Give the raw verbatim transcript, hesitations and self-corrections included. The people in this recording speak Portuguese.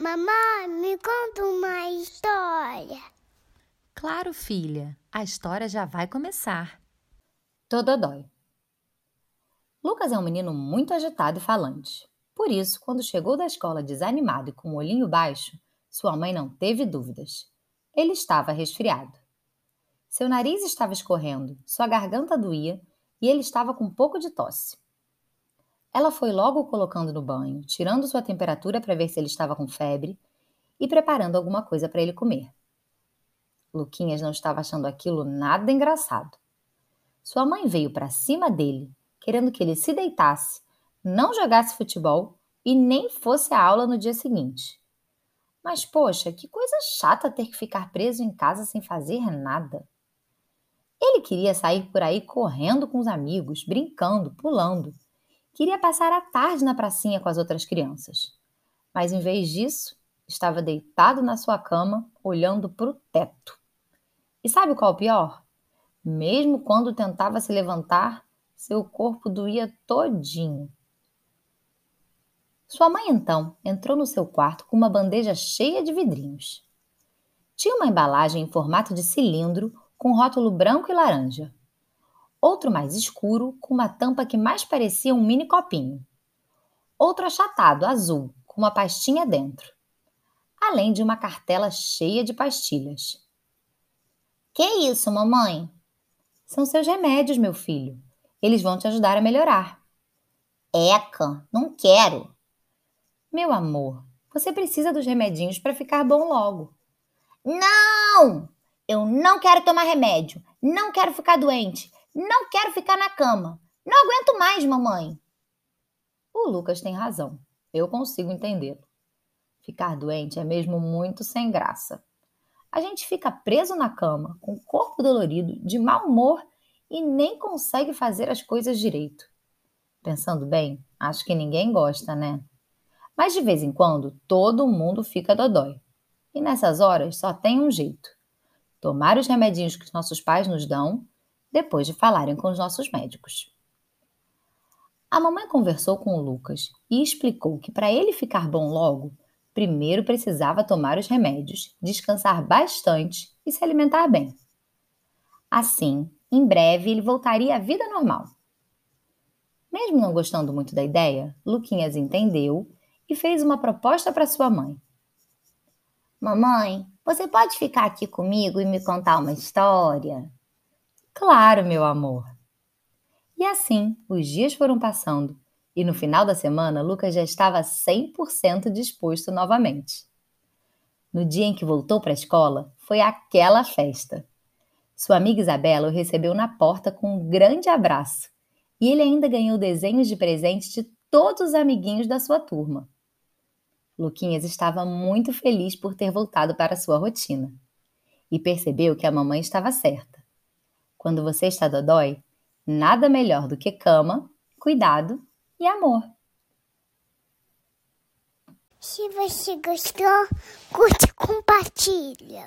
Mamãe, me conta uma história. Claro, filha, a história já vai começar. Tododói. Lucas é um menino muito agitado e falante. Por isso, quando chegou da escola desanimado e com o olhinho baixo, sua mãe não teve dúvidas. Ele estava resfriado. Seu nariz estava escorrendo, sua garganta doía e ele estava com um pouco de tosse. Ela foi logo o colocando no banho, tirando sua temperatura para ver se ele estava com febre e preparando alguma coisa para ele comer. Luquinhas não estava achando aquilo nada engraçado. Sua mãe veio para cima dele, querendo que ele se deitasse, não jogasse futebol e nem fosse à aula no dia seguinte. Mas, poxa, que coisa chata ter que ficar preso em casa sem fazer nada. Ele queria sair por aí correndo com os amigos, brincando, pulando. Queria passar a tarde na pracinha com as outras crianças. Mas, em vez disso, estava deitado na sua cama, olhando para o teto. E sabe qual é o pior? Mesmo quando tentava se levantar, seu corpo doía todinho. Sua mãe, então, entrou no seu quarto com uma bandeja cheia de vidrinhos. Tinha uma embalagem em formato de cilindro com rótulo branco e laranja. Outro mais escuro, com uma tampa que mais parecia um mini copinho. Outro achatado, azul, com uma pastinha dentro. Além de uma cartela cheia de pastilhas. Que isso, mamãe? São seus remédios, meu filho. Eles vão te ajudar a melhorar. Eca, não quero. Meu amor, você precisa dos remedinhos para ficar bom logo. Não! Eu não quero tomar remédio. Não quero ficar doente. Não quero ficar na cama. Não aguento mais, mamãe. O Lucas tem razão. Eu consigo entendê-lo. Ficar doente é mesmo muito sem graça. A gente fica preso na cama, com o corpo dolorido, de mau humor e nem consegue fazer as coisas direito. Pensando bem, acho que ninguém gosta, né? Mas de vez em quando, todo mundo fica dodói. E nessas horas só tem um jeito. Tomar os remedinhos que os nossos pais nos dão, depois de falarem com os nossos médicos. A mamãe conversou com o Lucas e explicou que para ele ficar bom logo, primeiro precisava tomar os remédios, descansar bastante e se alimentar bem. Assim, em breve ele voltaria à vida normal. Mesmo não gostando muito da ideia, Luquinhas entendeu e fez uma proposta para sua mãe. Mamãe, você pode ficar aqui comigo e me contar uma história? Claro, meu amor. E assim, os dias foram passando e no final da semana, Lucas já estava cem por cento disposto novamente. No dia em que voltou para a escola, foi aquela festa. Sua amiga Isabela o recebeu na porta com um grande abraço e ele ainda ganhou desenhos de presente de todos os amiguinhos da sua turma. Luquinhas estava muito feliz por ter voltado para a sua rotina e percebeu que a mamãe estava certa. Quando você está dodói, nada melhor do que cama, cuidado e amor. Se você gostou, curte e compartilha.